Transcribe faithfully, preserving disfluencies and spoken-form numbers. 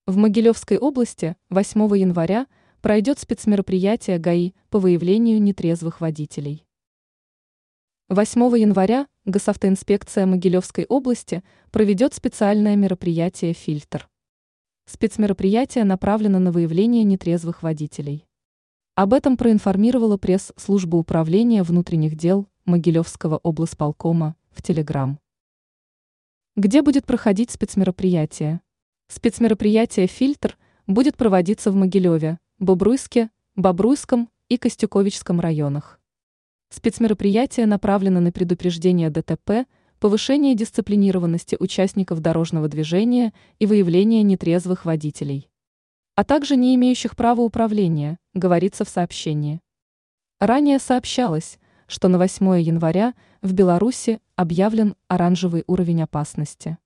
В Могилевской области восьмого января пройдет спецмероприятие ГАИ по выявлению нетрезвых водителей. восьмого января Госавтоинспекция Могилевской области проведет специальное мероприятие «Фильтр». Спецмероприятие направлено на выявление нетрезвых водителей. Об этом проинформировала пресс-служба Управления внутренних дел Могилевского облсполкома в Телеграм. Где будет проходить спецмероприятие? Спецмероприятие «Фильтр» будет проводиться в Могилеве, Бобруйске, Бобруйском и Костюковичском районах. Спецмероприятие направлено на предупреждение ДТП, повышение дисциплинированности участников дорожного движения и выявление нетрезвых водителей, а также не имеющих права управления, говорится в сообщении. Ранее сообщалось, что на восьмое января в Беларуси объявлен оранжевый уровень опасности.